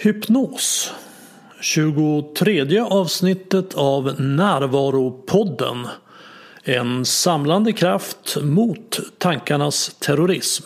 Hypnos. 23 avsnittet av Närvaropodden. En samlande kraft mot tankarnas terrorism.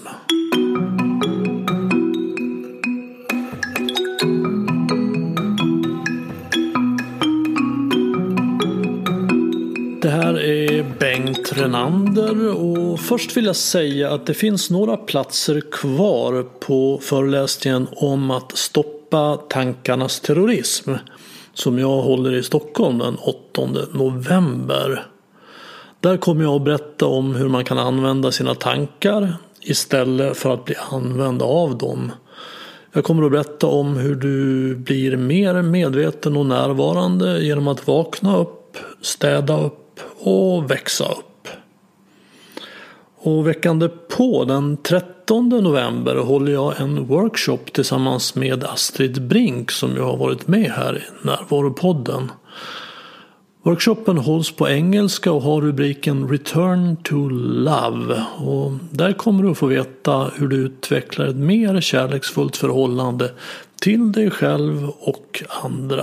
Det här är Bengt Renander och först vill jag säga att det finns några platser kvar på föreläsningen om att stoppa tankarnas terrorism som jag håller i Stockholm den 8 november. Där kommer jag att berätta om hur man kan använda sina tankar istället för att bli använd av dem. Jag kommer att berätta om hur du blir mer medveten och närvarande genom att vakna upp, städa upp och växa upp. Och veckan på den 13 november håller jag en workshop tillsammans med Astrid Brink som jag har varit med här i Närvaropodden. Workshopen hålls på engelska och har rubriken Return to Love. Och där kommer du att få veta hur du utvecklar ett mer kärleksfullt förhållande till dig själv och andra.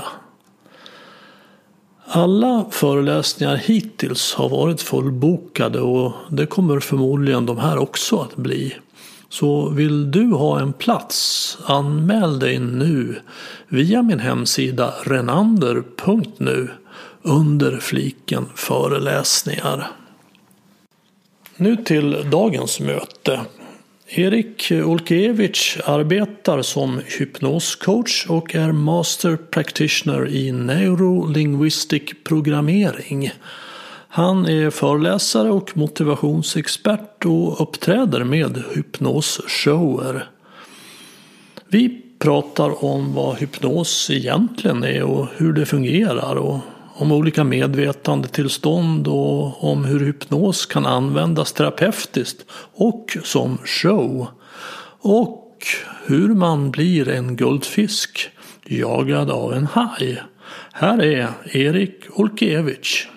Alla föreläsningar hittills har varit fullbokade och det kommer förmodligen de här också att bli. Så vill du ha en plats, anmäl dig nu via min hemsida renander.nu under fliken föreläsningar. Nu till dagens möte. Erik Olkiewicz arbetar som hypnoscoach och är master practitioner i neurolinguistic programmering. Han är föreläsare och motivationsexpert och uppträder med hypnosshower. Vi pratar om vad hypnos egentligen är och hur det fungerar och om olika medvetandetillstånd och om hur hypnos kan användas terapeutiskt och som show. Och hur man blir en guldfisk jagad av en haj. Här är Erik Olkiewicz.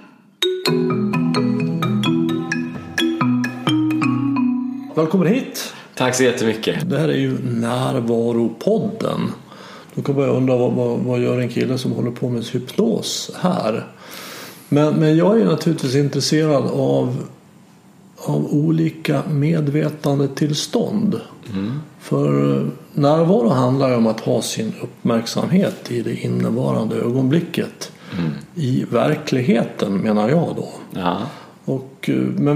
Välkommen hit. Tack så jättemycket. Det här är ju Närvaropodden. Då kan man undra vad gör en kille som håller på med hypnos här. Men jag är naturligtvis intresserad av olika medvetandetillstånd. För närvaro handlar ju om att ha sin uppmärksamhet i det innevarande ögonblicket. I verkligheten menar jag då. Ja. Men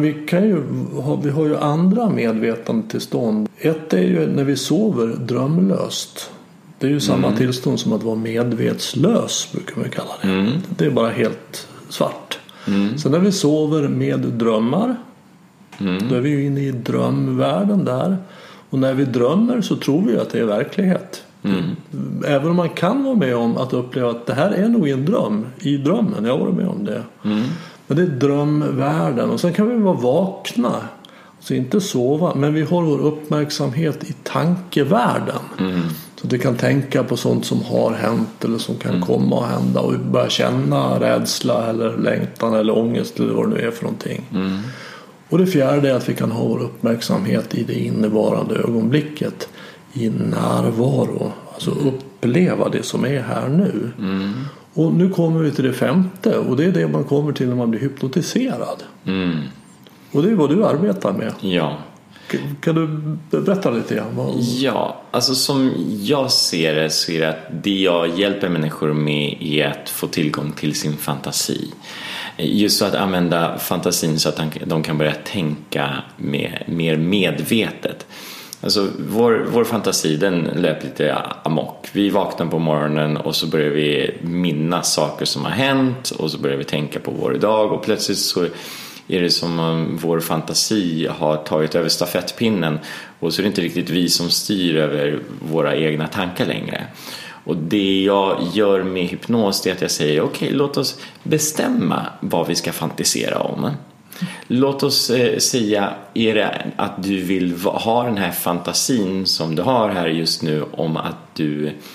vi har ju andra medvetandetillstånd. Ett är ju när vi sover drömlöst. Det är ju samma tillstånd som att vara medvetslös brukar man kalla det. Det är bara helt svart. Så när vi sover med drömmar då är vi ju inne i drömvärlden där. Och när vi drömmer så tror vi att det är verklighet. Även om man kan vara med om att uppleva att det här är nog en dröm. I drömmen, jag var med om det. Men det är drömvärlden. Och sen kan vi vara vakna. Så inte sova. Men vi har vår uppmärksamhet i tankevärlden. Så du kan tänka på sånt som har hänt eller som kan komma att hända. Och börja känna rädsla eller längtan eller ångest eller vad det nu är för någonting. Och det fjärde är att vi kan ha vår uppmärksamhet i det innevarande ögonblicket. I närvaro. Alltså uppleva det som är här nu. Och nu kommer vi till det femte. Och det är det man kommer till när man blir hypnotiserad. Och det är vad du arbetar med. Ja. Kan du berätta lite grann? Ja, alltså som jag ser det så är det att det jag hjälper människor med är att få tillgång till sin fantasi. Just så att använda fantasin så att de kan börja tänka mer medvetet. Alltså vår fantasi den löper lite amok. Vi vaknar på morgonen och så börjar vi minnas saker som har hänt och så börjar vi tänka på vår dag och plötsligt så är det som om vår fantasi har tagit över stafettpinnen och så är det inte riktigt vi som styr över våra egna tankar längre. Och det jag gör med hypnos är att jag säger okej, låt oss bestämma vad vi ska fantisera om. Låt oss säga, är det att du vill ha den här fantasin som du har här just nu om att du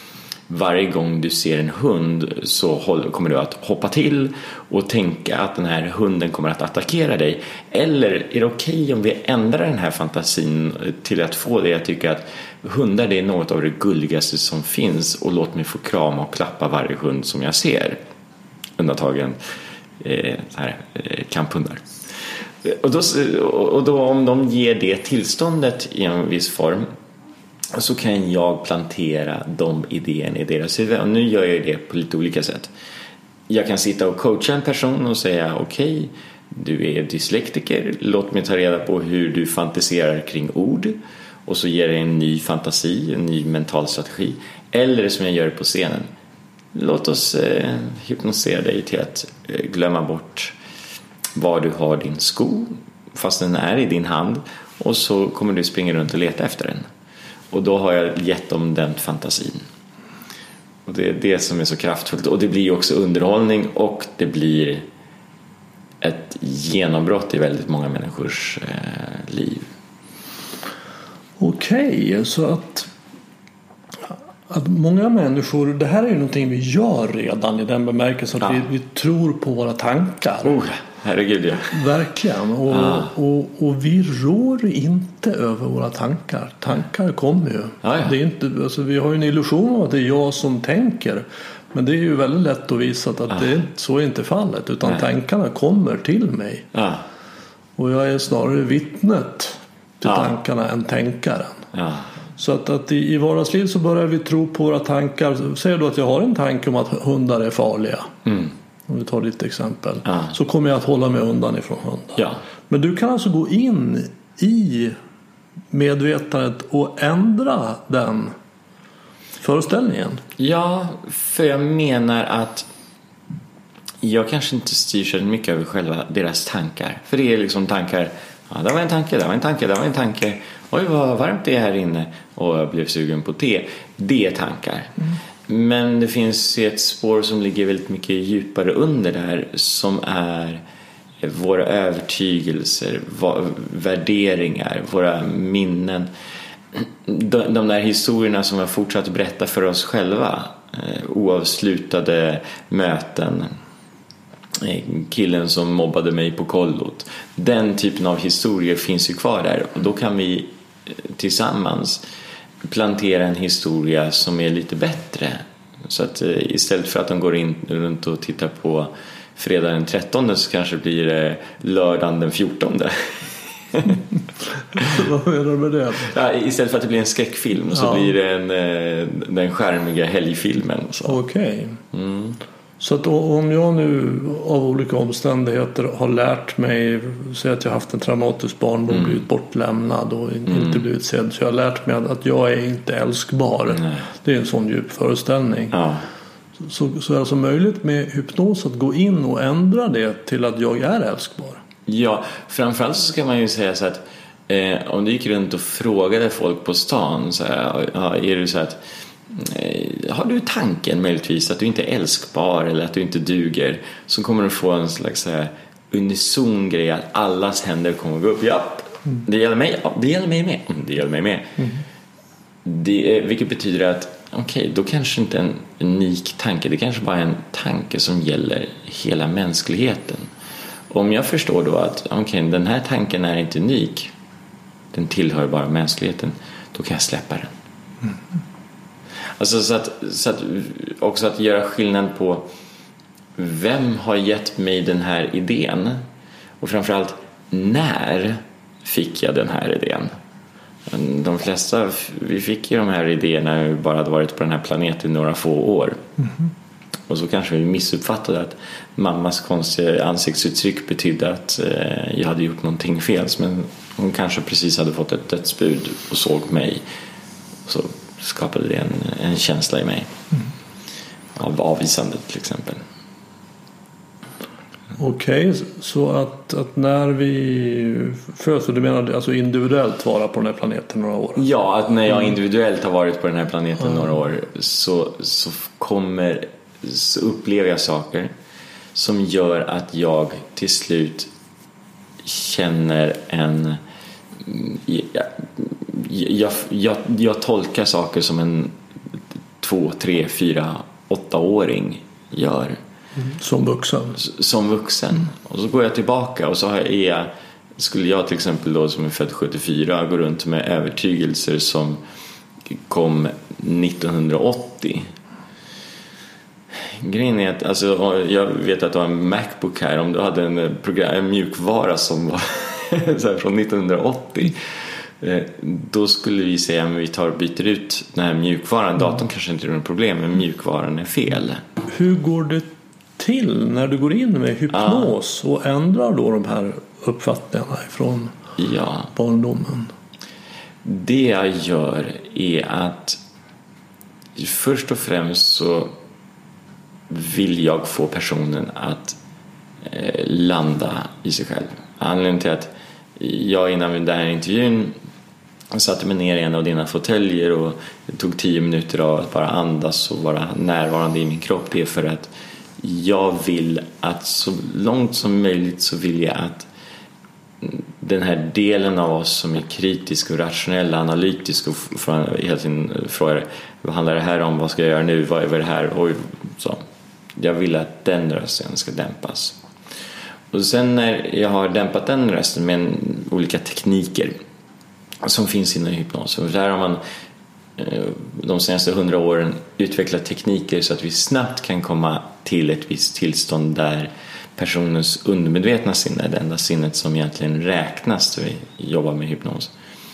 varje gång du ser en hund så kommer du att hoppa till och tänka att den här hunden kommer att attackera dig? Eller är det okej om vi ändrar den här fantasin till att få det? Jag tycker att hundar, det är något av det gulligaste som finns, och låt mig få krama och klappa varje hund som jag ser. Undantagen kamphundar. Och då om de ger det tillståndet i en viss form, så kan jag plantera de idéerna i deras huvud. Och nu gör jag det på lite olika sätt. Jag kan sitta och coacha en person och säga okej, du är dyslektiker, låt mig ta reda på hur du fantiserar kring ord, och så ger jag en ny fantasi, en ny mental strategi. Eller som jag gör på scenen, låt oss hypnosera dig till att glömma bort var du har din sko fast den är i din hand, och så kommer du springa runt och leta efter den. Och då har jag gett dem den fantasin. Och det är det som är så kraftfullt. Och det blir också underhållning, och det blir ett genombrott i väldigt många människors liv. Okej, så att många människor, det här är ju någonting vi gör redan i den bemärkelsen att vi tror på våra tankar. Herregud, ja. Verkligen. Och vi rår inte över våra tankar. Tankar kommer ju. Det är inte, alltså, vi har ju en illusion av att det är jag som tänker. Men det är ju väldigt lätt att visa att så är inte fallet. Utan tankarna kommer till mig. Och jag är snarare vittnet till tankarna än tänkaren. Så att i vardagsliv så börjar vi tro på våra tankar. Säger du att jag har en tanke om att hundar är farliga. Om vi tar ditt exempel. Så kommer jag att hålla mig undan ifrån hundar. Men du kan alltså gå in i medvetandet och ändra den föreställningen. Ja, för jag menar att jag kanske inte styr så mycket över själva deras tankar. För det är liksom tankar. Det var en tanke. Oj, vad varmt det är här inne. Och jag blev sugen på te. Det är tankar. Men det finns ett spår som ligger väldigt mycket djupare under där, som är våra övertygelser, värderingar, våra minnen. De där historierna som vi har fortsatt berätta för oss själva. Oavslutade möten. Killen som mobbade mig på kollot. Den typen av historier finns ju kvar där. Och då kan vi tillsammans plantera en historia som är lite bättre. Så att istället för att de går in runt och tittar på fredag den 13, så kanske blir det lördagen den 14. Vad menar du med det? Istället för att det blir en skräckfilm så blir det den skärmiga helgfilmen. Okej. Så att om jag nu av olika omständigheter har lärt mig, säg att jag haft en traumatisk barndom, blivit bortlämnad och inte blivit sedd, så jag har lärt mig att jag är inte älskbar. Det är en sån djup föreställning. Så är det alltså möjligt med hypnos att gå in och ändra det till att jag är älskbar. Ja, framförallt så ska man ju säga så att om du gick runt och frågade folk på stan så här, är det så att har du tanken möjligtvis att du inte är älskbar eller att du inte duger, så kommer du få en slags unison grej att allas händer kommer att gå upp. Det gäller mig. Det gäller mig med. Det gäller mig med. Vilket betyder att då kanske inte en unik tanke, det kanske bara är en tanke som gäller hela mänskligheten. Om jag förstår då att den här tanken är inte unik, den tillhör bara mänskligheten, då kan jag släppa den. Alltså så att också att göra skillnad på vem har gett mig den här idén, och framförallt när fick jag den här idén. De flesta, vi fick ju de här idéerna när vi bara hade varit på den här planeten några få år. Och så kanske vi missuppfattade att mammas konstiga ansiktsuttryck betydde att jag hade gjort någonting fel, men hon kanske precis hade fått ett dödsbud och såg mig, så skapade det en känsla i mig av avvisande till exempel. Okej, så att när vi föds, du menar alltså individuellt vara på den här planeten några år? Ja, att när jag individuellt har varit på den här planeten några år så upplever jag saker som gör att jag till slut känner jag tolkar saker som 2, 3, 4, 8-åring gör. Som vuxen. Och så går jag tillbaka och så skulle jag till exempel då, som är född 74, gå runt med övertygelser som kom 1980. Grejen är att alltså, jag vet att du har en Macbook här. Om du hade en mjukvara som var så här, från 1980, då skulle vi säga att vi byter ut den här mjukvaran. Datorn kanske inte är något problem, men mjukvaran är fel. Hur går det till när du går in med hypnos och ändrar då de här uppfattningarna från barndomen? Det jag gör är att först och främst så vill jag få personen att landa i sig själv. Anledningen till att jag innan den här intervjun satte mig ner i en av dina fåtöljer och det tog 10 minuter av att bara andas och vara närvarande i min kropp, det är för att jag vill att så långt som möjligt så vill jag att den här delen av oss som är kritisk och rationell, analytisk och hela tiden frågar vad handlar det här om, vad ska jag göra nu, vad är det här, och så. Jag vill att den rösten ska dämpas. Och sen när jag har dämpat den rösten med olika tekniker som finns inom hypnos, och där har man de senaste 100 åren utvecklat tekniker så att vi snabbt kan komma till ett visst tillstånd där personens undermedvetna sinne, det enda sinnet som egentligen räknas när vi jobbar med hypnos,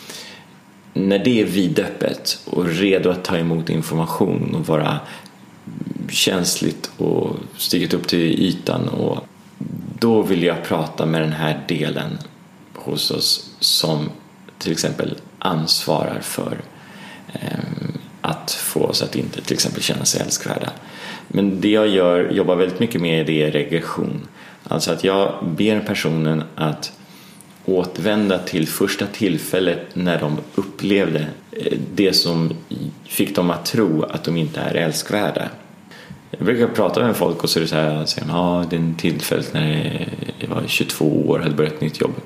när det är vidöppet och redo att ta emot information och vara känsligt och stiget upp till ytan, och då vill jag prata med den här delen hos oss som till exempel ansvarar för att få oss att inte till exempel känna sig älskvärda. Men det jag jobbar väldigt mycket med, det är regression. Alltså att jag ber personen att återvända till första tillfället när de upplevde det som fick dem att tro att de inte är älskvärda. Jag brukar prata med folk och så är det så här, säger det är en tillfället när jag var 22 år, hade börjat ett nytt jobb.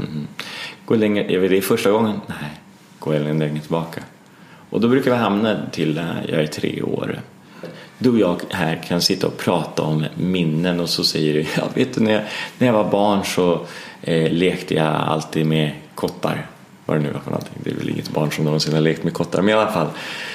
Gå längre, jag vet det är första gången. Nej, gå längre tillbaka. Och då brukar vi hamna till jag är 3 år. Du och jag här kan sitta och prata om minnen, och så säger du, jag vet när jag var barn så lekte jag alltid med kottar. Vad det nu var för någonting. Det är väl inget barn som någonsin har lekt med kottar, men i alla fall,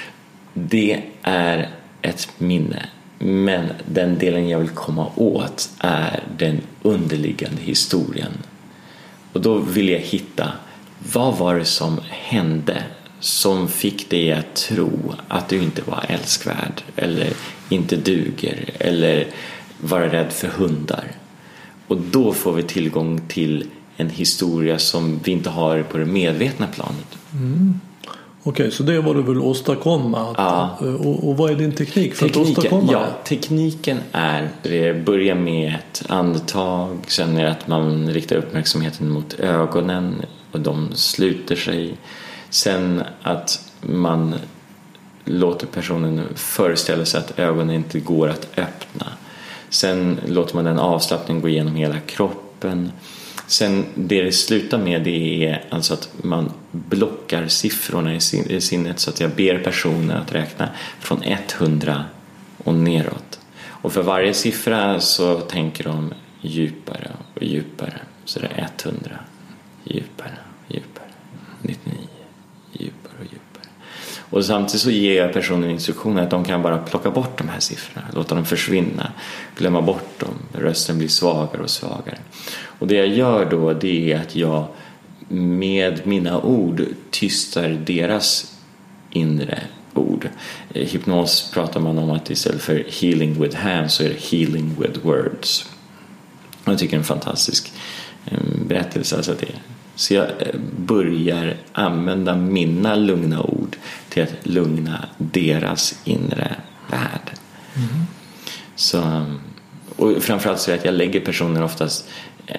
det är ett minne. Men den delen jag vill komma åt är den underliggande historien. Och då vill jag hitta, vad var det som hände som fick dig att tro att du inte var älskvärd eller inte duger eller vara rädd för hundar. Och då får vi tillgång till en historia som vi inte har på det medvetna planet. Okej, så det är vad du vill åstadkomma. Och vad är din teknik för att åstadkomma det? Tekniken är, det börjar med ett andetag, sen är det att man riktar uppmärksamheten mot ögonen och de sluter sig. Sen att man låter personen föreställa sig att ögonen inte går att öppna. Sen låter man den avslappningen gå igenom hela kroppen. Sen det slutar med, det är alltså att man blockar siffrorna i sinnet, så att jag ber personen att räkna från 100 och neråt. Och för varje siffra så tänker de djupare och djupare. Så det är 100, djupare, djupare, 99, djupare och djupare. Och samtidigt så ger jag personen instruktioner att de kan bara plocka bort de här siffrorna, låta dem försvinna, glömma bort dem, rösten blir svagare och svagare. Och det jag gör då, det är att jag med mina ord tystar deras inre ord. I hypnos pratar man om att istället för healing with hands så är det healing with words. Jag tycker det är en fantastisk berättelse, alltså det. Så jag börjar använda mina lugna ord till att lugna deras inre värld. Så, och framförallt så är det att jag lägger personen oftast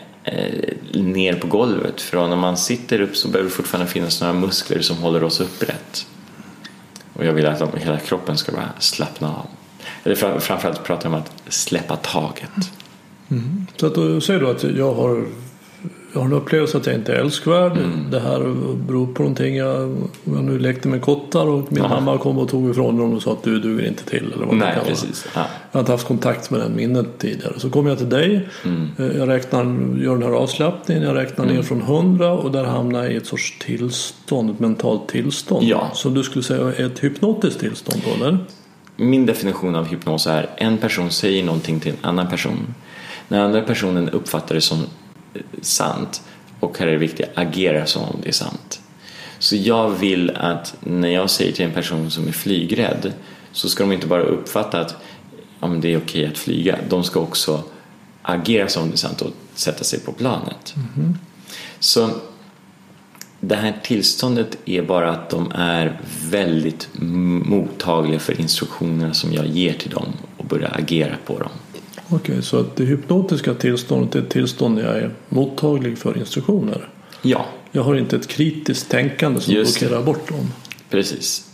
ner på golvet, för när man sitter upp så behöver det fortfarande finnas några muskler som håller oss upprätt, och jag vill att hela kroppen ska bara slappna av. Eller framförallt pratar jag om att släppa taget. Så att då säger du att jag har jag har en upplevelse att jag inte är älskvärd. Det här beror på någonting. Jag nu lekte med kottar och min mamma kom och tog ifrån dem och sa att du duger inte till. Eller vad det kan precis. Ja. Jag har inte haft kontakt med den minnet tidigare. Så kom jag till dig. Jag gör den här avslappningen. Jag räknar ner från 100 och där hamnar jag i ett sorts tillstånd, ett mentalt tillstånd. Ja. Så du skulle säga ett hypnotiskt tillstånd då, eller? Min definition av hypnos är en person säger någonting till en annan person. När andra personen uppfattar det som sant, och här är det viktigt, agera som om det är sant. Så jag vill att när jag säger till en person som är flygrädd, så ska de inte bara uppfatta att det är okej att flyga. De ska också agera som om det är sant och sätta sig på planet. Så det här tillståndet är bara att de är väldigt mottagliga för instruktionerna som jag ger till dem och börjar agera på dem. Okej, så att det hypnotiska tillståndet är ett tillstånd där jag är mottaglig för instruktioner. Ja. Jag har inte ett kritiskt tänkande som blockerar bort dem. Precis.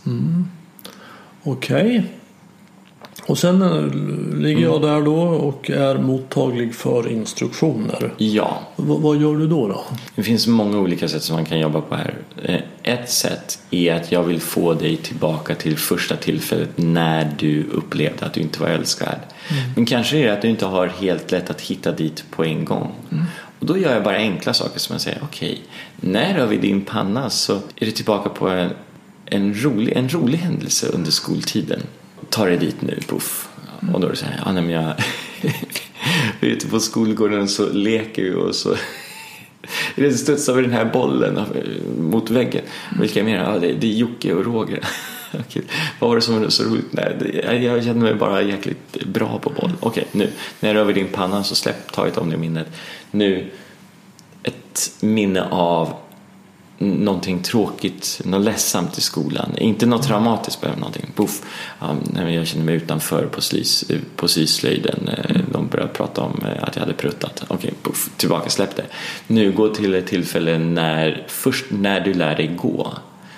Okej. Och sen ligger jag där då och är mottaglig för instruktioner. Ja. Vad gör du då? Det finns många olika sätt som man kan jobba på här. Ett sätt är att jag vill få dig tillbaka till första tillfället när du upplevde att du inte var älskvärd. Men kanske är det att du inte har helt lätt att hitta dit på en gång. Och då gör jag bara enkla saker som jag säger, okej, när över din panna så är det tillbaka på en rolig händelse under skoltiden. Ta dig dit nu, puff. Och då är det så här, men jag vi är ute på skolgården så leker vi och så det studsar över den här bollen mot väggen. Vilka är mer? Ja, det är Jocke och Roger. Okej. Vad var det som var så roligt? Nej, jag känner mig bara jäkligt bra på boll. Okej, nu när jag rör din panna så taget om det minnet. Nu ett minne av någonting tråkigt, något ledsamt i skolan, inte något traumatiskt, bara någonting. Puff. Jag känner mig utanför på syslöjden. De började prata om att jag hade pruttat. Okej, puff, tillbaka, släpp det. Nu gå till ett tillfälle när du lär dig gå.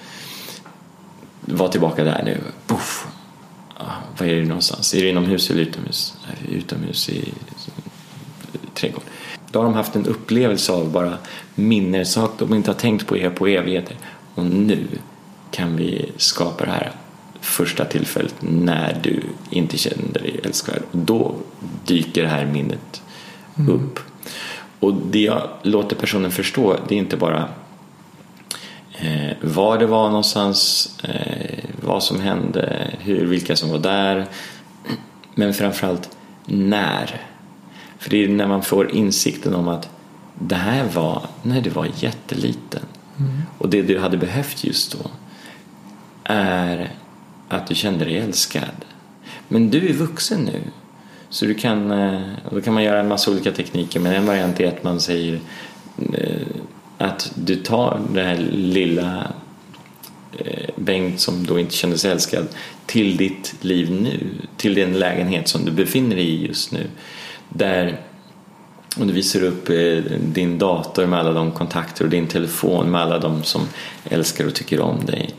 Var tillbaka där nu. Puff. Vad är det någonstans? Är det inomhus eller utomhus? Utomhus i trädgården. Då har de haft en upplevelse av bara minnessak de inte har tänkt på evigheter. Och nu kan vi skapa det här första tillfället när du inte känner dig älskvärd. Då dyker det här minnet upp. Och det jag låter personen förstå, det är inte bara var det var någonstans, vad som hände, vilka som var där, men framförallt när. För det är när man får insikten om att det här var när du var jätteliten. Och det du hade behövt just då är att du kände dig älskad. Men du är vuxen nu. Så då kan man göra en massa olika tekniker. Men en variant är att man säger att du tar det här lilla Bengt som då inte kände sig älskad till ditt liv nu. Till den lägenhet som du befinner dig i just nu. Där och du visar upp din dator med alla de kontakter och din telefon med alla de som älskar och tycker om dig.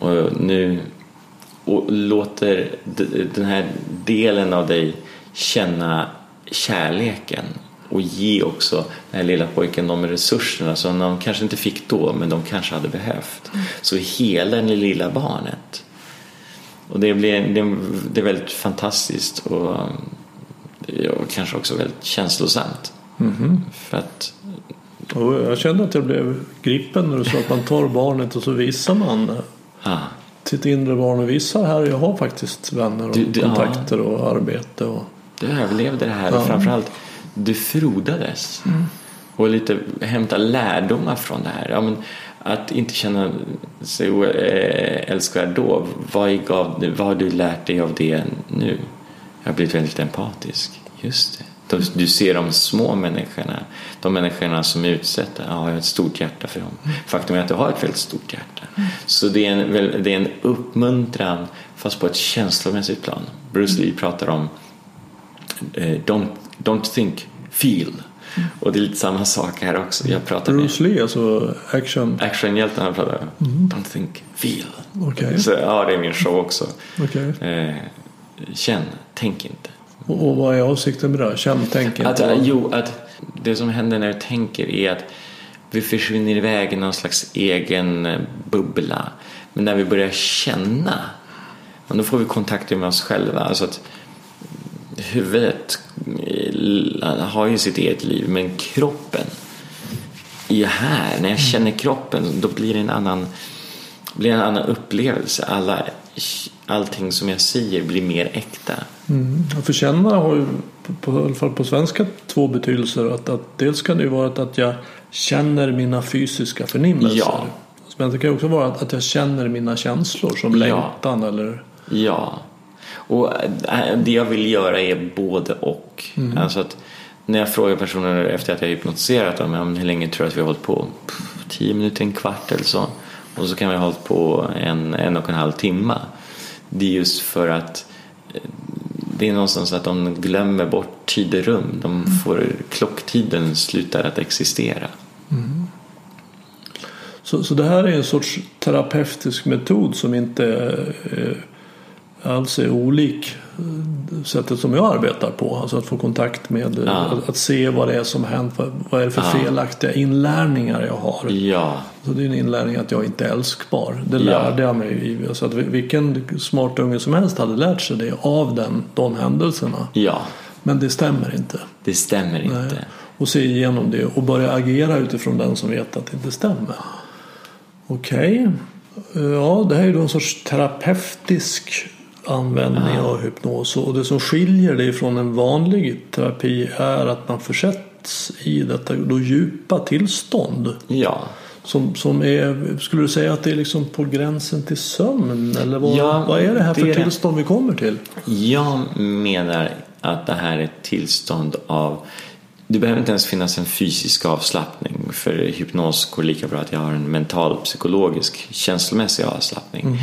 Och låter den här delen av dig känna kärleken och ge också den här lilla pojken de resurserna som de kanske inte fick då, men de kanske hade behövt. Så hela det lilla barnet. Och det är väldigt fantastiskt och kanske också väldigt känslosamt. För att jag kände att jag blev gripen när du sa att man tar barnet och så visar man sitt inre barn och visar här, jag har faktiskt vänner och kontakter och arbete. Och du överlevde det här och framförallt du frodades och lite hämta lärdomar från det här. Men att inte känna sig älskvärd då, vad har du lärt dig av det nu? Jag har blivit väldigt empatisk. Just det. Du ser de små människorna, de människorna som är utsatta. Jag har ett stort hjärta för dem. Faktum är att du har ett väldigt stort hjärta. Så det är en uppmuntran fast på ett känslomässigt plan. Bruce Lee pratar om don't think, feel. Och det är lite samma sak här också. Jag pratar Bruce Lee, alltså actionhjälten, han pratar don't think, feel. Okay. Så det är min show också. Okay. Känn, tänk inte. Och vad är avsikten med det? Tänk inte. Att det som händer när du tänker är att vi försvinner iväg i någon slags egen bubbla. Men när vi börjar känna, då får vi kontakt med oss själva. Alltså att huvudet har ju sitt eget liv, men kroppen är här. När jag känner kroppen, då blir det en annan upplevelse. Allting som jag säger blir mer äkta. För känna har ju i alla fall på svenska 2 betydelser. Att dels kan det ju vara att jag känner mina fysiska förnimmelser. Ja. Men det kan också vara att jag känner mina känslor som längtan eller... Ja. Och det jag vill göra är både och. Alltså att när jag frågar personer efter att jag har hypnotiserat dem, hur länge tror jag att vi har hållit på? 10 minuter, en kvart eller så. Och så kan vi ha hållit på en och en halv timme. Det är just för att det är någonstans att de glömmer bort tid och rum. De får klocktiden slutar att existera. Så det här är en sorts terapeutisk metod som inte alls är olik sättet som jag arbetar på. Alltså att få kontakt med, att se vad det är som hänt, vad är det för felaktiga inlärningar jag har. Ja. Så det är en inlärning att jag inte är älskbar. Det lärde jag mig. Så att vilken smart unge som helst hade lärt sig det av de händelserna. Ja. Men det stämmer inte. Det stämmer inte. Nej. Och se igenom det och börja agera utifrån den som vet att det inte stämmer. Okej. Ja, det här är då en sorts terapeutisk användning av hypnos. Och det som skiljer det från en vanlig terapi är att man försätts i detta då djupa tillstånd. Ja. Som är, skulle du säga att det är liksom på gränsen till sömn? Eller vad är det här för tillstånd vi kommer till? Jag menar att det här är ett tillstånd av... Det behöver inte ens finnas en fysisk avslappning. För hypnos går lika bra att jag har en mental, psykologisk, känslomässig avslappning.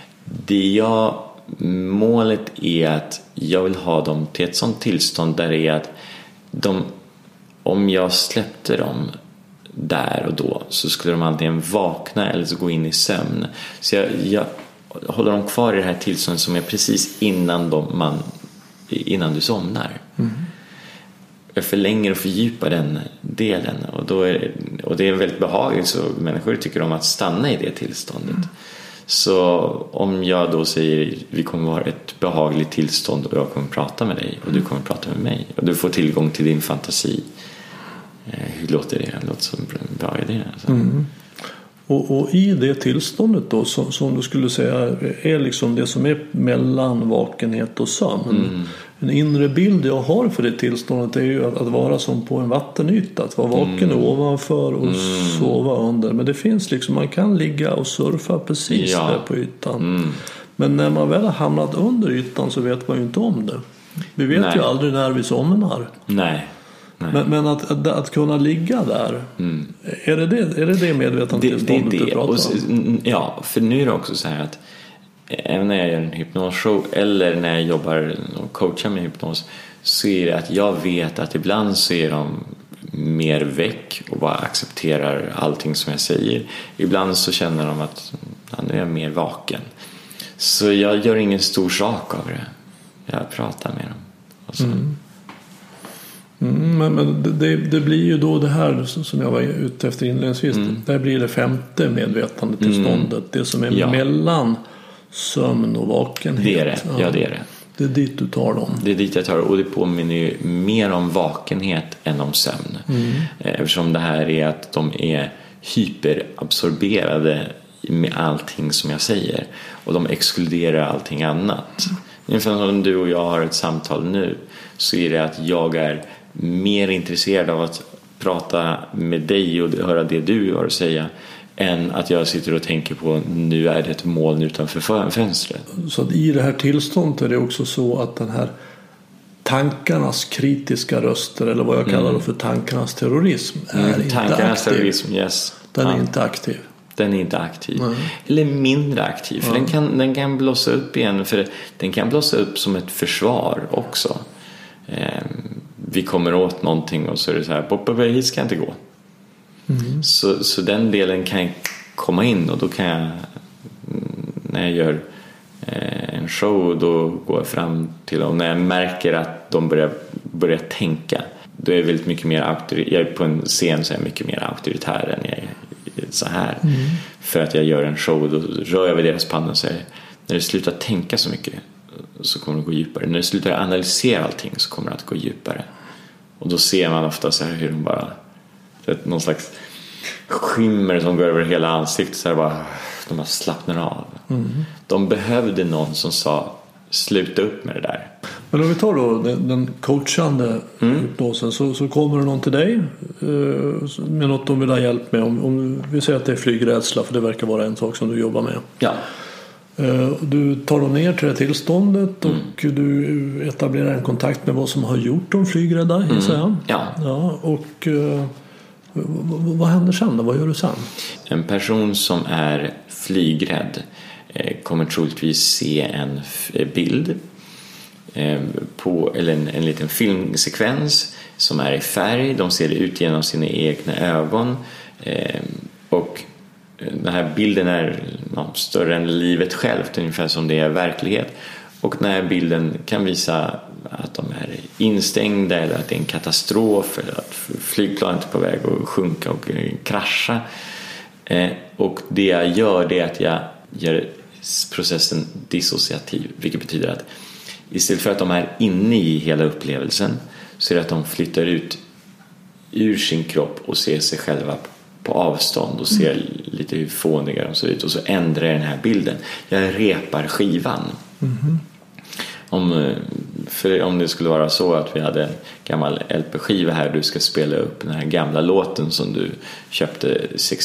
Målet är att jag vill ha dem till ett sånt tillstånd där det är att om jag släppte dem där och då så skulle de antingen vakna eller så gå in i sömn. Så jag håller dem kvar i det här tillståndet som är precis innan du somnar. Jag förlänger och fördjupar den delen och det är väldigt behagligt, så människor tycker om att stanna i det tillståndet. Så om jag då säger vi kommer vara ett behagligt tillstånd och jag kommer prata med dig och du kommer prata med mig och du får tillgång till din fantasi. Hur låter det? Det låter som en bra idé. Alltså. Och i det tillståndet då som du skulle säga är liksom det som är mellan vakenhet och sömn. En inre bild jag har för det tillståndet är ju att vara som på en vattenyta, att vara vaken ovanför och sova under. Men det finns liksom, man kan ligga och surfa precis där på ytan. Men när man väl har hamnat under ytan så vet man ju inte om det. Vi vet ju aldrig när vi somnar. Nej. Men att kunna ligga där, är det medvetandetillståndet du pratar om? Ja, för nu är det också så här att även när jag gör en hypnosshow eller när jag jobbar och coachar med hypnos, så är det att jag vet att ibland så är de mer väck och bara accepterar allting som jag säger. Ibland så känner de att nu är jag mer vaken. Så jag gör ingen stor sak av det. Jag pratar med dem. Och så. Men det blir ju då det här som jag var ute efter inledningsvis. Där blir det 5:e medvetandetillståndet. Det som är mellan sömn och vakenhet. Det är det. Ja, det är det. Det är dit du tar dem. Det är dit jag tar, och det påminner ju mer om vakenhet än om sömn. Eftersom det här är att de är hyperabsorberade med allting som jag säger. Och de exkluderar allting annat. Ungefär som du och jag har ett samtal nu, så är det att jag är mer intresserad av att prata med dig och höra det du har att säga än att jag sitter och tänker på nu är det ett moln utanför fönstret. Så att i det här tillståndet är det också så att den här tankarnas kritiska röster, eller vad jag kallar det för tankarnas terrorism, är inte aktiv. Terrorism, yes. Den är inte aktiv. Den är inte aktiv. Eller mindre aktiv. För den kan blåsa upp igen. För den kan blåsa upp som ett försvar också. Vi kommer åt någonting och så är det så här, hit ska jag inte gå. Så den delen kan komma in, och då kan jag, när jag gör en show, då går jag fram till dem. När jag märker att de börjar tänka, då är jag väldigt mycket mer jag är på en scen så är jag mycket mer auktoritär än jag är så här. För att jag gör en show, då rör jag vid deras pannor och säger, när du slutar tänka så mycket så kommer det gå djupare. När du slutar analysera allting så kommer det att gå djupare. Och då ser man ofta så här hur de bara, någon slags skimmer som går över hela ansiktet, så här bara, de bara slappnar av. De behövde någon som sa, sluta upp med det där. Men om vi tar då den coachande hypnosen, så kommer det någon till dig med något de vill ha hjälp med. Om vi säger att det är flygrädsla, för det verkar vara en sak som du jobbar med. Ja. Du tar dem ner till det tillståndet och du etablerar en kontakt med vad som har gjort dem flygrädda. Ja, och vad händer sen då? Vad gör du sen? En person som är flygrädd kommer troligtvis se en bild på, eller en liten filmsekvens som är i färg. De ser det ut genom sina egna ögon, och den här bilden är större än livet självt, ungefär som det är verklighet. Och den här bilden kan visa att de är instängda, eller att det är en katastrof, eller att flygplanet är på väg att sjunka och krascha. Och det jag gör, det är att jag gör processen dissociativ, vilket betyder att istället för att de är inne i hela upplevelsen, så är det att de flyttar ut ur sin kropp och ser sig själva på avstånd och ser lite hur fåniga de ser ut, och så ändrar jag den här bilden. Jag repar skivan. Om det skulle vara så att vi hade en gammal LP-skiva här, du ska spela upp den här gamla låten som du köpte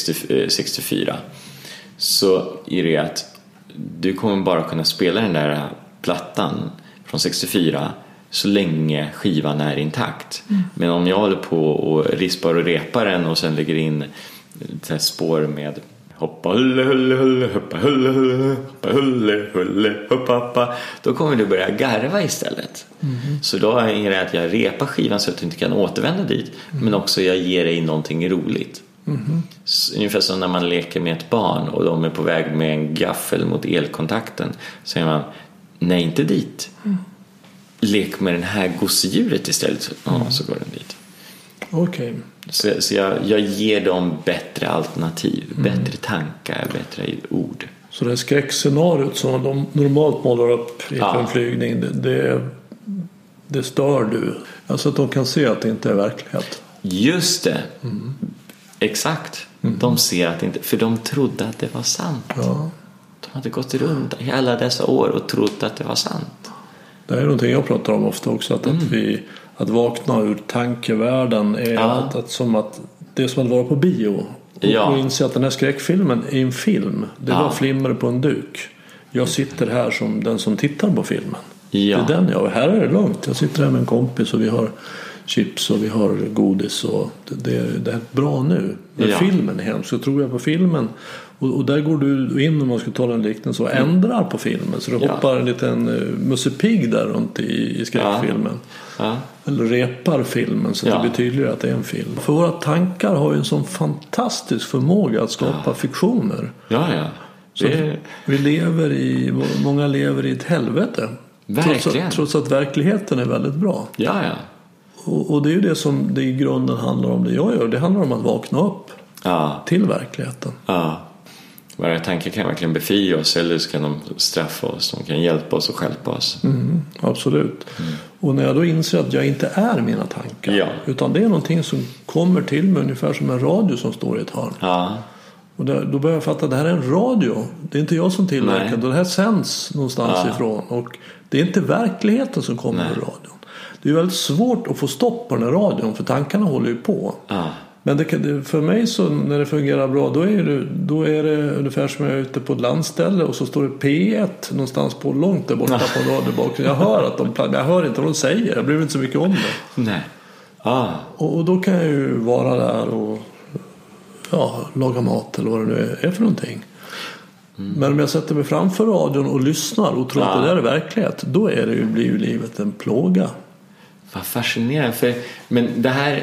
64, så är det att du kommer bara kunna spela den där plattan från 64 så länge skivan är intakt. Men om jag håller på och rispar och repar den och sen lägger in ett här spår med hoppa hulle hulle hulle hoppa hulle hulle hoppa hulle hulle hoppa, då kommer du börja garva istället. Så då är det att jag repar skivan så att du inte kan återvända dit, men också jag ger dig någonting roligt. Ungefär som när man leker med ett barn och de är på väg med en gaffel mot elkontakten, så säger man, nej, inte dit. Lek med den här gosedjuret istället. Så går den dit. Okej. Så jag ger dem bättre alternativ, bättre tankar, bättre ord. Så det skräckscenariot som de normalt målar upp inför en flygning, det stör du. Alltså att de kan se att det inte är verklighet. Just det. Exakt. De ser att det inte, för de trodde att det var sant. Ja. De hade gått runt i alla dessa år och trott att det var sant. Det är någonting jag pratar om ofta också, att vakna ur tankevärlden är att det är som att vara på bio och inse att den här skräckfilmen är en film. Det var flimmer på en duk. Jag sitter här som den som tittar på filmen. Det är den jag, här är det lugnt. Jag sitter här med en kompis och vi har chips och vi har godis och det är bra nu. Men filmen är hemskt, så tror jag på filmen. Och där går du in, om man ska ta en liknelse, och ändrar på filmen. Så det hoppar en liten Musse Pigg där runt i skräckfilmen. Eller repar filmen så det blir tydligare att det är en film. För våra tankar har ju en sån fantastisk förmåga att skapa fiktioner. Vi lever många lever i ett helvete. Verkligen. Trots att verkligheten är väldigt bra. Och det är ju det som det i grunden handlar om, det jag gör. Det handlar om att vakna upp till verkligheten. Våra tankar kan verkligen befria oss, eller så kan de straffa oss. De kan hjälpa oss och stjälpa oss. Absolut. Och när jag då inser att jag inte är mina tankar, utan det är någonting som kommer till mig ungefär som en radio som står i ett hörn. Och då börjar jag fatta att det här är en radio. Det är inte jag som tillverkar det. Det här sänds någonstans ifrån. Och det är inte verkligheten som kommer ur radion. Det är väldigt svårt att få stopp på den här radion, för tankarna håller ju på. Men för mig så, när det fungerar bra, då är det ungefär som jag är ute på ett landställe och så står det P1 någonstans på långt där borta på en radiobak. Jag hör jag hör inte vad de säger. Jag bryr mig inte så mycket om det. Och då kan jag ju vara där och laga mat eller vad det nu är för någonting. Men om jag sätter mig framför radion och lyssnar och tror att det där är verklighet, då blir ju livet en plåga. Vad fascinerande. Men det här,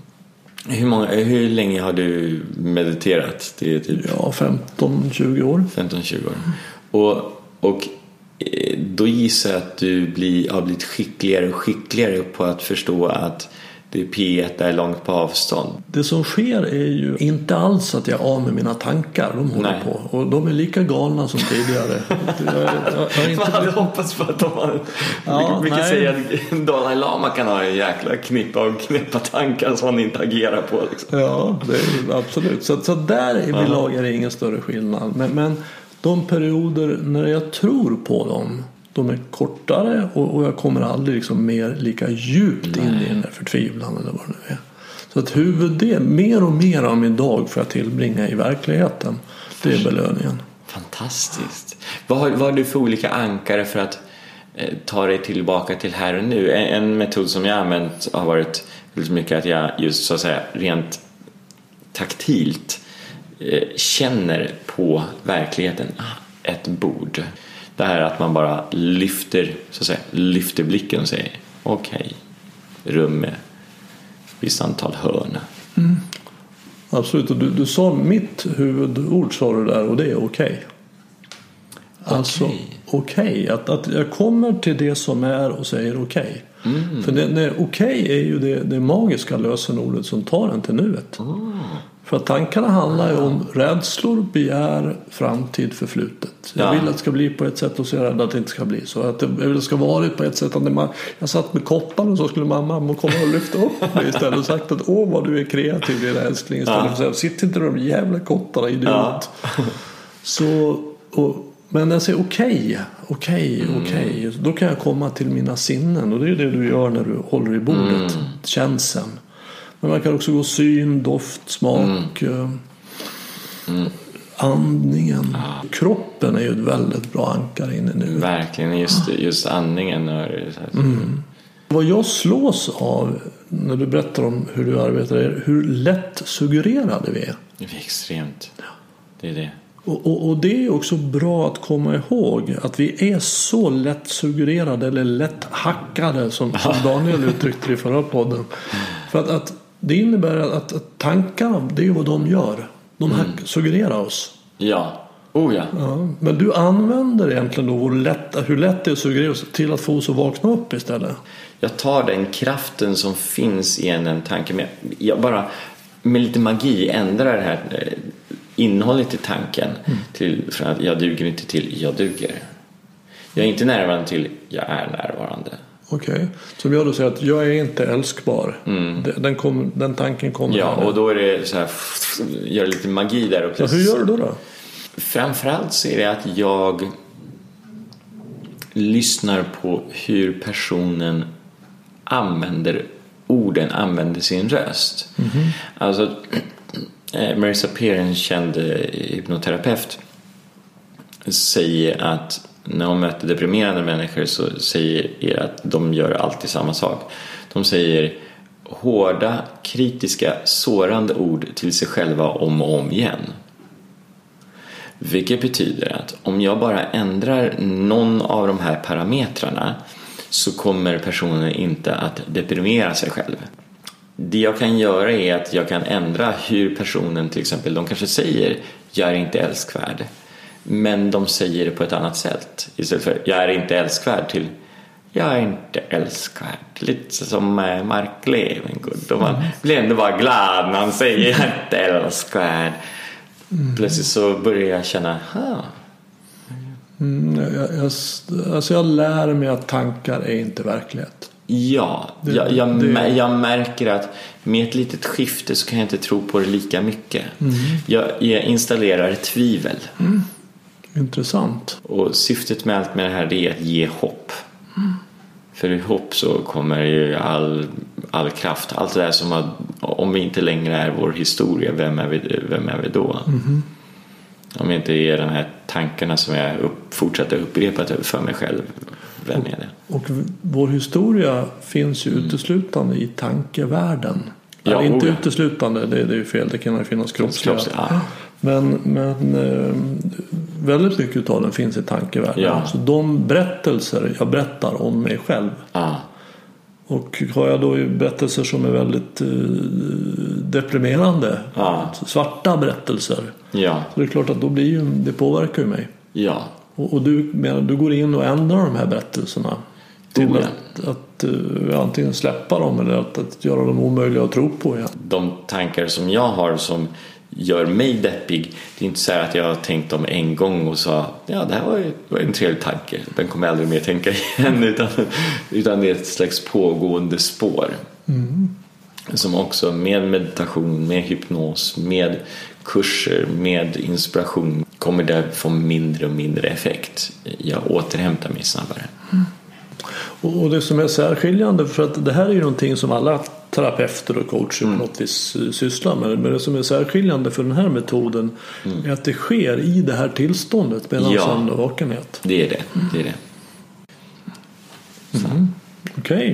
hur länge har du mediterat? Det är typ 15-20 år. 15-20 år. Och då gissar jag att du har blivit skickligare och skickligare på att förstå att det är P1 är långt på avstånd. Det som sker är ju inte alls att jag är av med mina tankar. De håller på. Och de är lika galna som tidigare. Man hade hoppats på att de har... Vilket säger att Dalai Lama kan ha en jäkla knäppa tankar som han inte agerar på. Liksom. Ja, det är absolut. Så där i lag är det ingen större skillnad. Men de perioder när jag tror på dem, de är kortare och jag kommer aldrig liksom mer lika djupt in i den där förtvivlan eller vad det nu är. Så att mer och mer av min dag får jag tillbringa i verkligheten. Det är belöningen. Fantastiskt. Vad har du för olika ankare för att ta dig tillbaka till här och nu? En metod som jag använt har varit väldigt mycket att jag just så att säga rent taktilt känner på ett bord. Det här att man bara lyfter blicken och säger okej, rum med visst antal hörn. Absolut, och du sa mitt huvudord sa du där, och det är okej. Alltså okej. Att jag kommer till det som är och säger okej. För det okej är ju det magiska lösenordet som tar en till nuet. För att tankarna handlar ju om rädslor, begär, framtid, förflutet. Jag vill att det ska bli på ett sätt och så är jag rädd att det inte ska bli så. Att jag vill att det ska vara på ett sätt. Jag satt med kopparna och så skulle mamma komma och lyfta upp mig istället och sagt att vad du är kreativ, din älskling. Istället för att säga, sitt inte de jävla kottarna, idiot. Men jag säger okej. Då kan jag komma till mina sinnen. Och det är det du gör när du håller i bordet. Känseln. Men man kan också gå syn, doft, smak, andningen. Kroppen är ju ett väldigt bra ankare inne nu. Verkligen, just andningen. Vad jag slås av när du berättar om hur du arbetar är hur lätt suggererade vi är. Det är extremt. Det är det. Och det är också bra att komma ihåg att vi är så lätt suggererade eller lätt hackade som Daniel uttryckte det i förra podden. För att det innebär att tankarna, det är vad de gör. De suggererar oss. Ja. Men du använder egentligen då hur lätt det är att suggerera oss till att få oss att vakna upp istället. Jag tar den kraften som finns i en tanke. Men jag bara med lite magi ändrar det här innehållet i tanken från att jag duger inte till jag duger. Jag är inte närvarande till jag är närvarande. Okej. Som jag då säger att jag är inte älskbar. Den tanken kommer. Ja, och då är det så här, gör lite magi där. Och hur gör du då? Framförallt så är det att jag lyssnar på hur personen använder orden, använder sin röst. Alltså Marissa Peer, en känd hypnoterapeut, säger att när hon möter deprimerande människor så säger att de gör alltid samma sak. De säger hårda, kritiska, sårande ord till sig själva om och om igen. Vilket betyder att om jag bara ändrar någon av de här parametrarna så kommer personen inte att deprimera sig själv. Det jag kan göra är att jag kan ändra hur personen, till exempel, de kanske säger jag är inte älskvärd, men de säger det på ett annat sätt. Istället för jag är inte älskvärd till jag är inte älskvärd. Lite som Mark Levengood. Och man blir ändå bara glad när han säger jag är inte älskvärd. Plötsligt så börjar jag känna jag lär mig att tankar är inte verklighet. Ja, jag märker att med ett litet skifte så kan jag inte tro på det lika mycket. Jag installerar tvivel. Intressant. Och syftet med allt med det här är att ge hopp. För i hopp så kommer ju all kraft. Allt det där som om vi inte längre är vår historia, vem är vi då? Om det inte är de här tankarna som jag fortsätter upprepa för mig själv, vem är det? Och vår historia finns ju uteslutande i tankevärlden. Ja, inte uteslutande, det är ju fel, det kan ju finnas kroppsliga. Men väldigt mycket av den finns i tankevärlden. Ja. Så de berättelser jag berättar om mig själv. Och har jag då berättelser som är väldigt deprimerande, svarta berättelser, så det är klart att då det påverkar ju mig. Ja, Och du går in och ändrar de här berättelserna till att antingen släppa dem eller att göra dem omöjliga att tro på. Ja. De tankar som jag har som gör mig deppig, det är inte så här att jag har tänkt dem en gång och sa ja, det här var en trevlig tanke, den kommer jag aldrig mer tänka igen, utan det är ett slags pågående spår som också med meditation, med hypnos, med kurser, med inspiration kommer det få mindre och mindre effekt. Jag återhämtar mig snabbare. Och det som är särskiljande, för att det här är ju någonting som alla terapeuter och coacher på något vis sysslar med, men det som är särskiljande för den här metoden är att det sker i det här tillståndet mellan sömn och vakenhet. Det är det. Okej.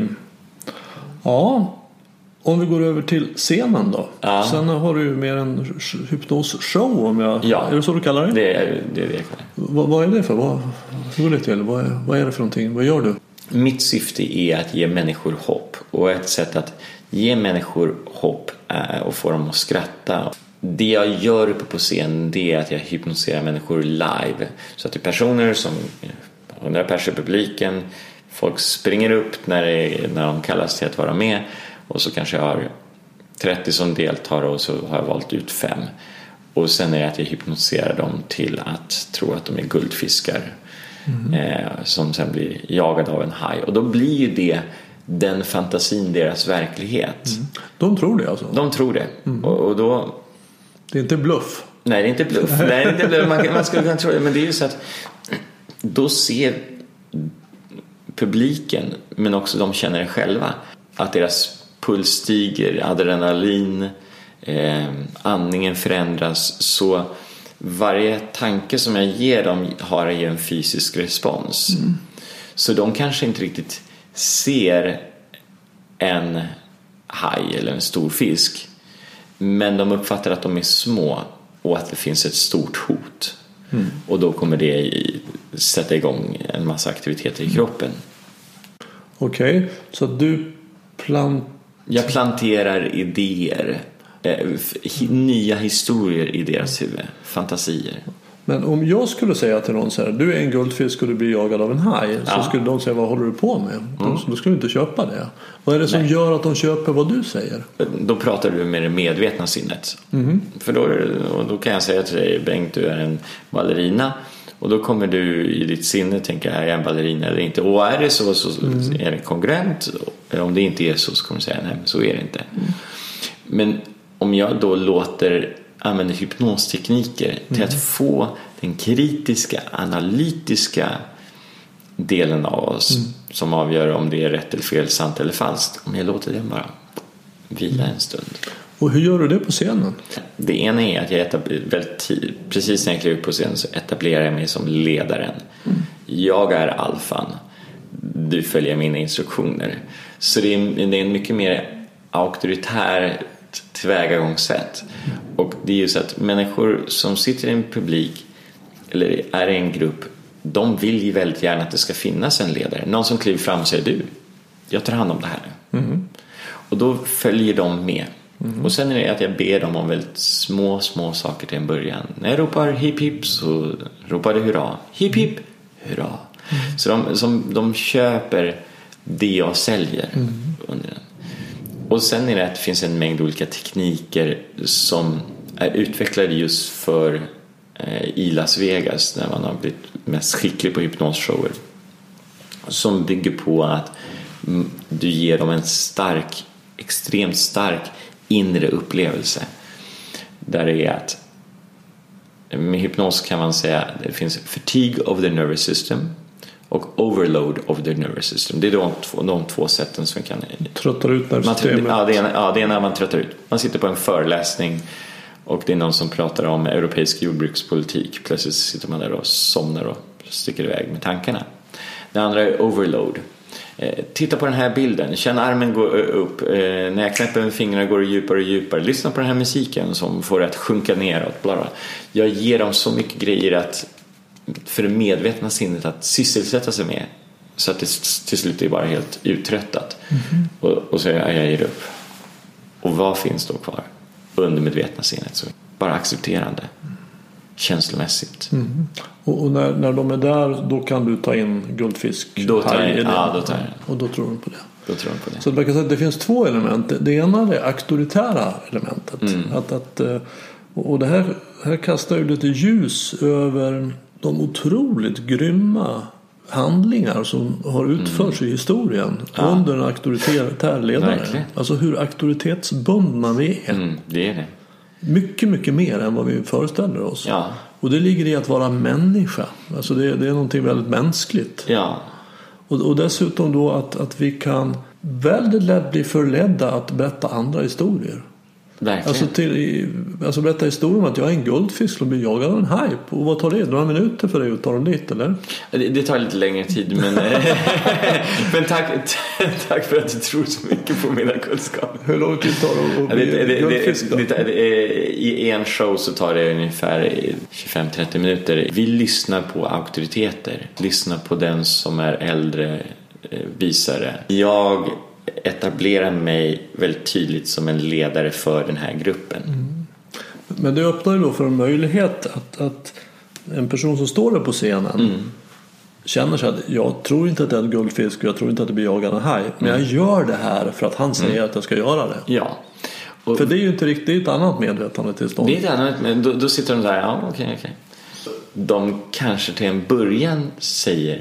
Ja, om vi går över till scenen då. Ja. Sen har du ju mer en hypnosshow, är det så du kallar det? Det är det jag kallar det. Vad är det för? Vad är det för någonting? Vad gör du? Mitt syfte är att ge människor hopp, och ett sätt att ge människor hopp är att få dem att skratta. Det jag gör uppe på scen, det är att jag hypnotiserar människor live, så att det är personer som 100 personer i publiken, folk springer upp när de kallas till att vara med, och så kanske jag har 30 som deltar och så har jag valt ut 5, och sen är det att jag hypnotiserar dem till att tro att de är guldfiskar som sen blir jagade av en haj, och då blir ju det den fantasin deras verklighet. De tror det alltså? De tror det. Och då... Det är inte bluff? Nej, det är inte bluff. Man skulle kunna tro det, men det är ju så att då ser publiken, men också de känner det själva, att deras puls stiger, adrenalin, andningen förändras, så varje tanke som jag ger dem har ju en fysisk respons. Så de kanske inte riktigt ser en haj eller en stor fisk, men de uppfattar att de är små och att det finns ett stort hot. Och då kommer det sätta igång en massa aktiviteter i kroppen. Okej, så att du jag planterar idéer, nya historier i deras huvud, fantasier. Men om jag skulle säga till någon så här, du är en guldfisk och du blir jagad av en haj, så skulle de säga, vad håller du på med? Då skulle du inte köpa det. Vad är det som gör att de köper vad du säger? Då pratar du med det medvetna sinnet. För då kan jag säga till dig, Bengt, du är en ballerina, och då kommer du i ditt sinne tänka, är jag en ballerina eller inte? Och är det så är det kongruent. Om det inte är så kommer du säga, nej, men så är det inte. Men om jag då använder hypnostekniker till att få den kritiska, analytiska delen av oss som avgör om det är rätt eller fel, sant eller falskt, om jag låter den bara vila en stund. Och hur gör du det på scenen? Det ena är att jag precis när jag kliver upp på scenen så etablerar jag mig som ledaren. Jag är alfan. Du följer mina instruktioner. Så det är en mycket mer auktoritär tillvägagångssätt. Och det är ju så att människor som sitter i en publik eller är i en grupp, de vill ju väldigt gärna att det ska finnas en ledare. Någon som kliver fram och säger, du, jag tar hand om det här. Och då följer de med. Och sen är det att jag ber dem om väldigt små saker till en början. När jag ropar hipp hipp så ropar det hurra. Hipp hipp, hurra. Så de köper det jag säljer under den. Och sen är det att det finns en mängd olika tekniker som är utvecklade just för i Las Vegas, när man har blivit mest skicklig på hypnosshower, som bygger på att du ger dem en extremt stark inre upplevelse, där det är att med hypnos kan man säga att det finns fatigue of the nervous system och overload of the nervous system. Det är de två sätten som kan tröttar ut nervsystemet. Det är när man tröttar ut. Man sitter på en föreläsning och det är någon som pratar om europeisk jordbrukspolitik. Plötsligt sitter man där och somnar och sticker iväg med tankarna. Det andra är overload. Titta på den här bilden. Känn armen gå upp. När jag knäpper med fingrarna går det djupare och djupare. Lyssna på den här musiken som får det att sjunka neråt. Bla bla. Jag ger dem så mycket grejer för det medvetna sinnet att sysselsätta sig med, så att det till slut är bara helt uttröttat. Och så jag ger upp. Och vad finns då kvar? Undermedvetna sinnet. Så bara accepterande. känslomässigt. Och när de är där, då kan du ta in guldfisk. Då tar jag. Och då tror de på det. Så man kan säga att det finns två element. Det ena är det auktoritära elementet. Och det här kastar ju lite ljus över de otroligt grymma handlingar som har utförts i historien under en auktoritär ledare. Verkligen. Alltså hur auktoritetsbundna vi är. Det är det. Mycket, mycket mer än vad vi föreställer oss. Ja. Och det ligger i att vara människa. Alltså det är någonting väldigt mänskligt. Ja. Och dessutom då att vi kan väldigt lätt bli förledda att berätta andra historier. Verkligen. Alltså berätta historien om att jag är en guldfisk och blir jagad av en haj. Och vad tar det? Några minuter för dig att ta dem dit, eller? Det tar lite längre tid, men tack för att du tror så mycket på mina kunskaper. Hur lång tid tar det att bli guldfisk då? I en show så tar det ungefär 25-30 minuter. Vi lyssnar på auktoriteter. Lyssnar på den som är äldre, visare. Jag etablerar mig väldigt tydligt som en ledare för den här gruppen. Men det öppnar ju då för en möjlighet att en person som står där på scenen känner sig att jag tror inte att det är en guldfisk och jag tror inte att det blir jagad en haj, men jag gör det här för att han säger att jag ska göra det. Ja. För det är ju inte riktigt ett annat medvetande tillstånd. Det är ett annat, men då sitter de där, okej. De kanske till en början säger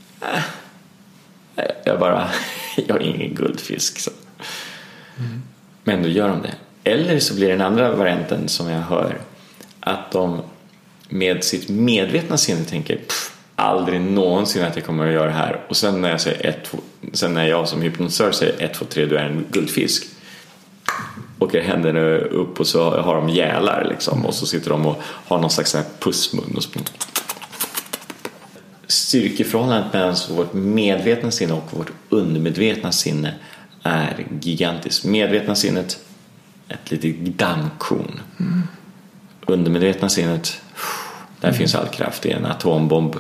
jag är ingen guldfisk så. Men då gör de det. Eller så blir den andra varianten som jag hör, att de med sitt medvetna sinne tänker aldrig någonsin att jag kommer att göra det här, och sen när jag säger sen när jag som hypnotisör säger 1, 2, 3 du är en guldfisk, åker händerna upp och så har de gälar liksom, och så sitter de och har någon slags pussmun och styrkeförhållandet mellan vårt medvetna sinne och vårt undermedvetna sinne är gigantiskt. Medvetna sinnet, ett litet dammkorn. Undermedvetna sinnet, där finns all kraft. Det är en atombomb.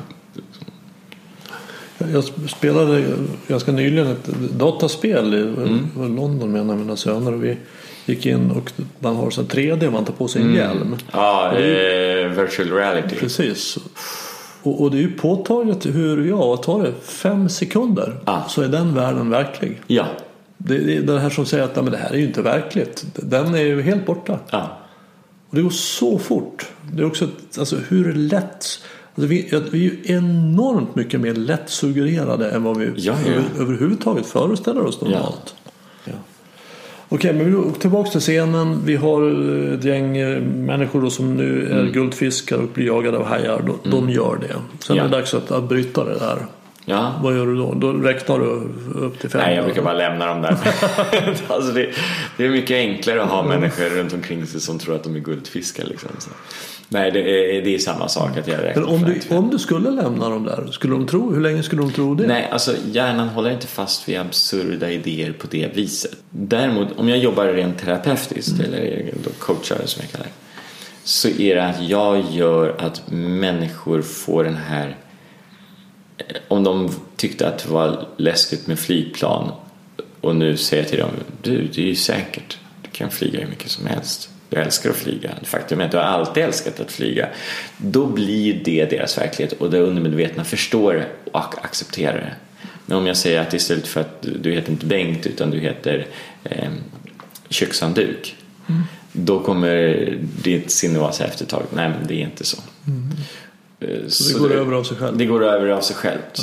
Jag spelade ganska nyligen ett dataspel i London med en av mina söner, och vi gick in och man har så 3D, man tar på sig en hjälm. Virtual reality. Precis. Och det är ju påtagligt hur jag tar det 5 sekunder så är den världen verklig. Ja. Det är det här som säger att men det här är ju inte verkligt. Den är ju helt borta. Ja. Och det går så fort. Det är också alltså hur lätt. Alltså vi är ju enormt mycket mer lätt suggererade än vad vi överhuvudtaget föreställer oss normalt. Ja. Okej, men vi går tillbaka till scenen. Vi har ett gäng människor då som nu är guldfiskar och blir jagade av hajar. De gör det. Sen är det dags att bryta det där. Ja. Vad gör du då? Då räknar du upp till 5. Nej, jag brukar bara lämna dem där. Alltså det är mycket enklare att ha människor runt omkring sig som tror att de är guldfiskar liksom. Så. Nej, det är samma sak att jag räknar. Men om du skulle lämna dem där, hur länge skulle de tro det? Nej, alltså hjärnan håller inte fast vid absurda idéer på det viset. Däremot, om jag jobbar rent terapeutiskt eller då coachar som jag kallar det, så är det att jag gör att människor får den här, om de tyckte att det var läskigt med flygplan och nu säger jag till dem, det är ju säkert, du kan flyga hur mycket som helst. Jag älskar att flyga. Faktum är att jag har alltid älskat att flyga. Då blir det deras verklighet och det undermedvetna förstår det och accepterar det. Men om jag säger att istället för att du heter inte Bengt utan du heter kökshandduk, då kommer ditt sinne vara så här efter ett tag. Nej, men det är inte så. Så det går över av sig själv? Det går över av sig självt.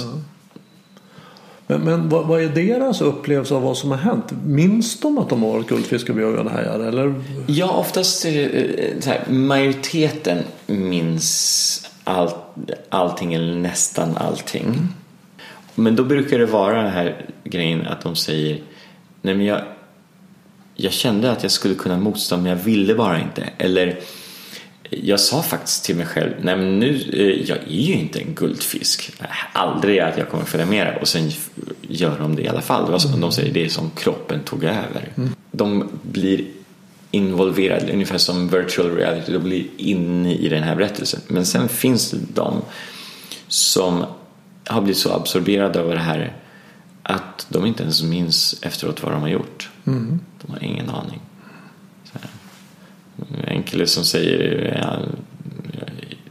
Men vad är deras upplevelse av vad som har hänt? Minns de att de har varit guldfiskar och jagade hajar? Eller? Ja, oftast är det så här, majoriteten minns allting eller nästan allting. Men då brukar det vara den här grejen att de säger, nej men jag kände att jag skulle kunna motstå men jag ville bara inte. Eller jag sa faktiskt till mig själv, nej men nu, jag är ju inte en guldfisk. Aldrig att jag kommer följa med det. Och sen gör de det i alla fall. Det var som de säger, det är som kroppen tog över. De blir involverade, ungefär som virtual reality. De blir inne i den här berättelsen. Men sen finns det de som har blivit så absorberade av det här att de inte ens minns efteråt vad de har gjort. De har ingen aning. En kille som säger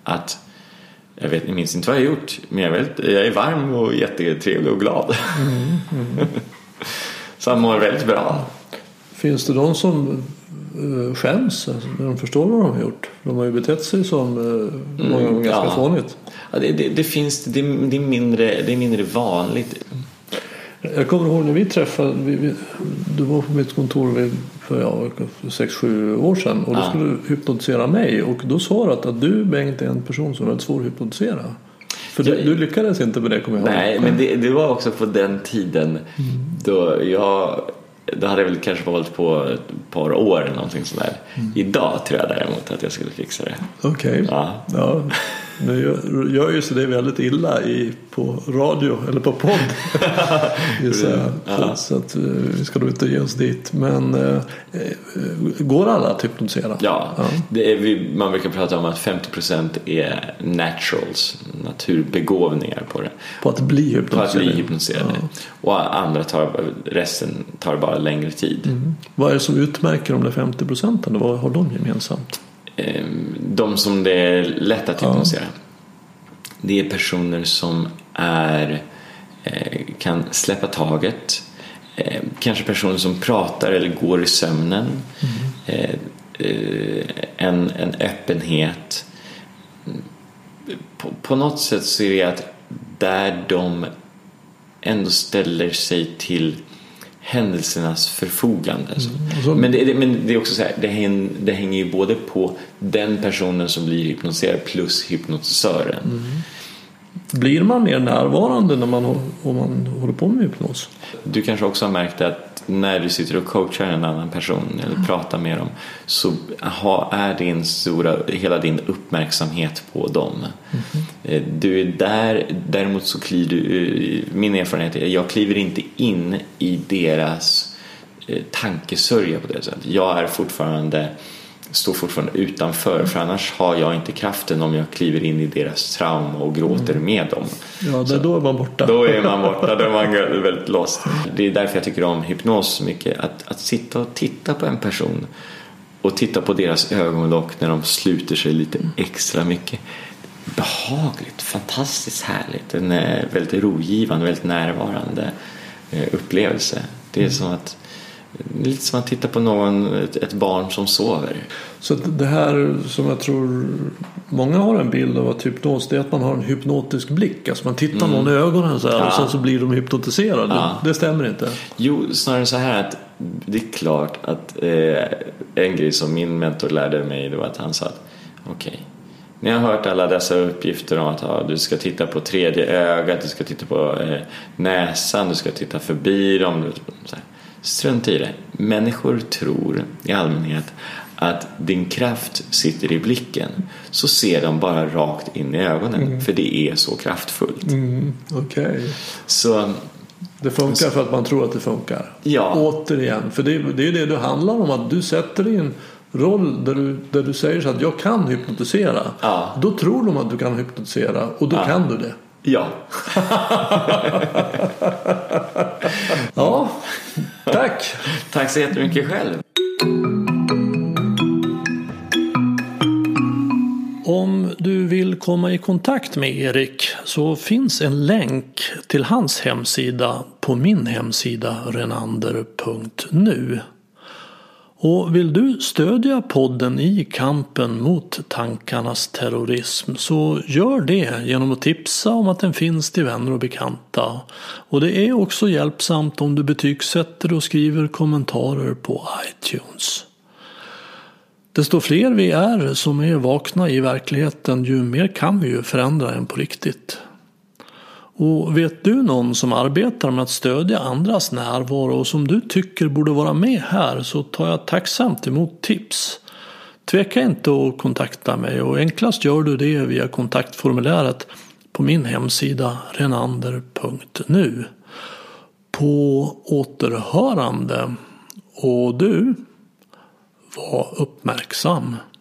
att jag minns inte vad jag har gjort, men jag är varm och jättetrevlig och glad. Så han mår väldigt bra. Finns det de som skäms när de förstår vad de har gjort? De har ju betett sig som många gånger ganska fånigt. Ja, det finns, det är mindre vanligt. Jag kommer ihåg när vi träffade, du var på mitt kontor för 6-7 år sedan och då skulle du hypnotisera mig, och då svarade att du, Bengt, är en person som är väldigt svår att hypnotisera. För du lyckades inte med det, kommer jag ihåg. Nej, men det var också på den tiden då hade jag väl kanske hållit på ett par år eller någonting sådär. Idag tror jag däremot att jag skulle fixa det. Okej. Ja. Nu gör ju så det är väldigt illa på radio eller på podd. Så att vi ska då inte ge oss dit. Men går alla att hypnotisera? Ja. Man brukar prata om att 50% är naturals, naturbegåvningar på det. På att bli hypnotiserad. Ja. Och resten tar bara längre tid. Vad är det som utmärker de där 50%? Vad har de gemensamt? De som det är lätt att hypnotisera. Det är personer som kan släppa taget. Kanske personer som pratar eller går i sömnen. En öppenhet. På något sätt så är det att där de ändå ställer sig till händelsernas förfogande. Men det är också så här, det hänger ju både på den personen som blir hypnotiserad plus hypnotisören. Blir man mer närvarande om man håller på med hypnos? Du kanske också har märkt att när du sitter och coachar en annan person eller pratar med dem, så är hela din uppmärksamhet på dem. Du är där, däremot så min erfarenhet är att jag kliver inte in i deras tankesörja på det sättet. Jag står fortfarande utanför, för annars har jag inte kraften om jag kliver in i deras trauma och gråter med dem. Ja, då är man borta. Då är man väldigt lost. Det är därför jag tycker om hypnos så mycket. Att sitta och titta på en person och titta på deras ögonlock när de sluter sig lite extra mycket. Behagligt, fantastiskt härligt. En väldigt rogivande, väldigt närvarande upplevelse. Det är som att lite som att titta på ett barn som sover. Så det här som jag tror många har en bild av att hypnos, det är att man har en hypnotisk blick. Alltså man tittar någon i ögonen så här, och sen så blir de hypnotiserade. Det stämmer inte. Jo, snarare så här att det är klart att en grej som min mentor lärde mig, det var att han sa att okej, ni har hört alla dessa uppgifter om att du ska titta på tredje ögat, du ska titta på näsan, du ska titta förbi dem. Så här. Strunt i det. Människor tror i allmänhet att din kraft sitter i blicken. Så ser de bara rakt in i ögonen. För det är så kraftfullt. Okej. Så det funkar för att man tror att det funkar. Ja. Återigen. För det är det handlar om. Att du sätter i en roll där du säger så att jag kan hypnotisera. Då tror de att du kan hypnotisera. Och då kan du det. Ja. Ja, tack. Tack så jättemycket själv. Om du vill komma i kontakt med Erik så finns en länk till hans hemsida på min hemsida renander.nu. Och vill du stödja podden i kampen mot tankarnas terrorism så gör det genom att tipsa om att den finns till vänner och bekanta. Och det är också hjälpsamt om du betygsätter och skriver kommentarer på iTunes. Desto fler vi är som är vakna i verkligheten, ju mer kan vi ju förändra än på riktigt. Och vet du någon som arbetar med att stödja andras närvaro och som du tycker borde vara med här, så tar jag tacksamt emot tips. Tveka inte att kontakta mig, och enklast gör du det via kontaktformuläret på min hemsida renander.nu. På återhörande, och du, var uppmärksam.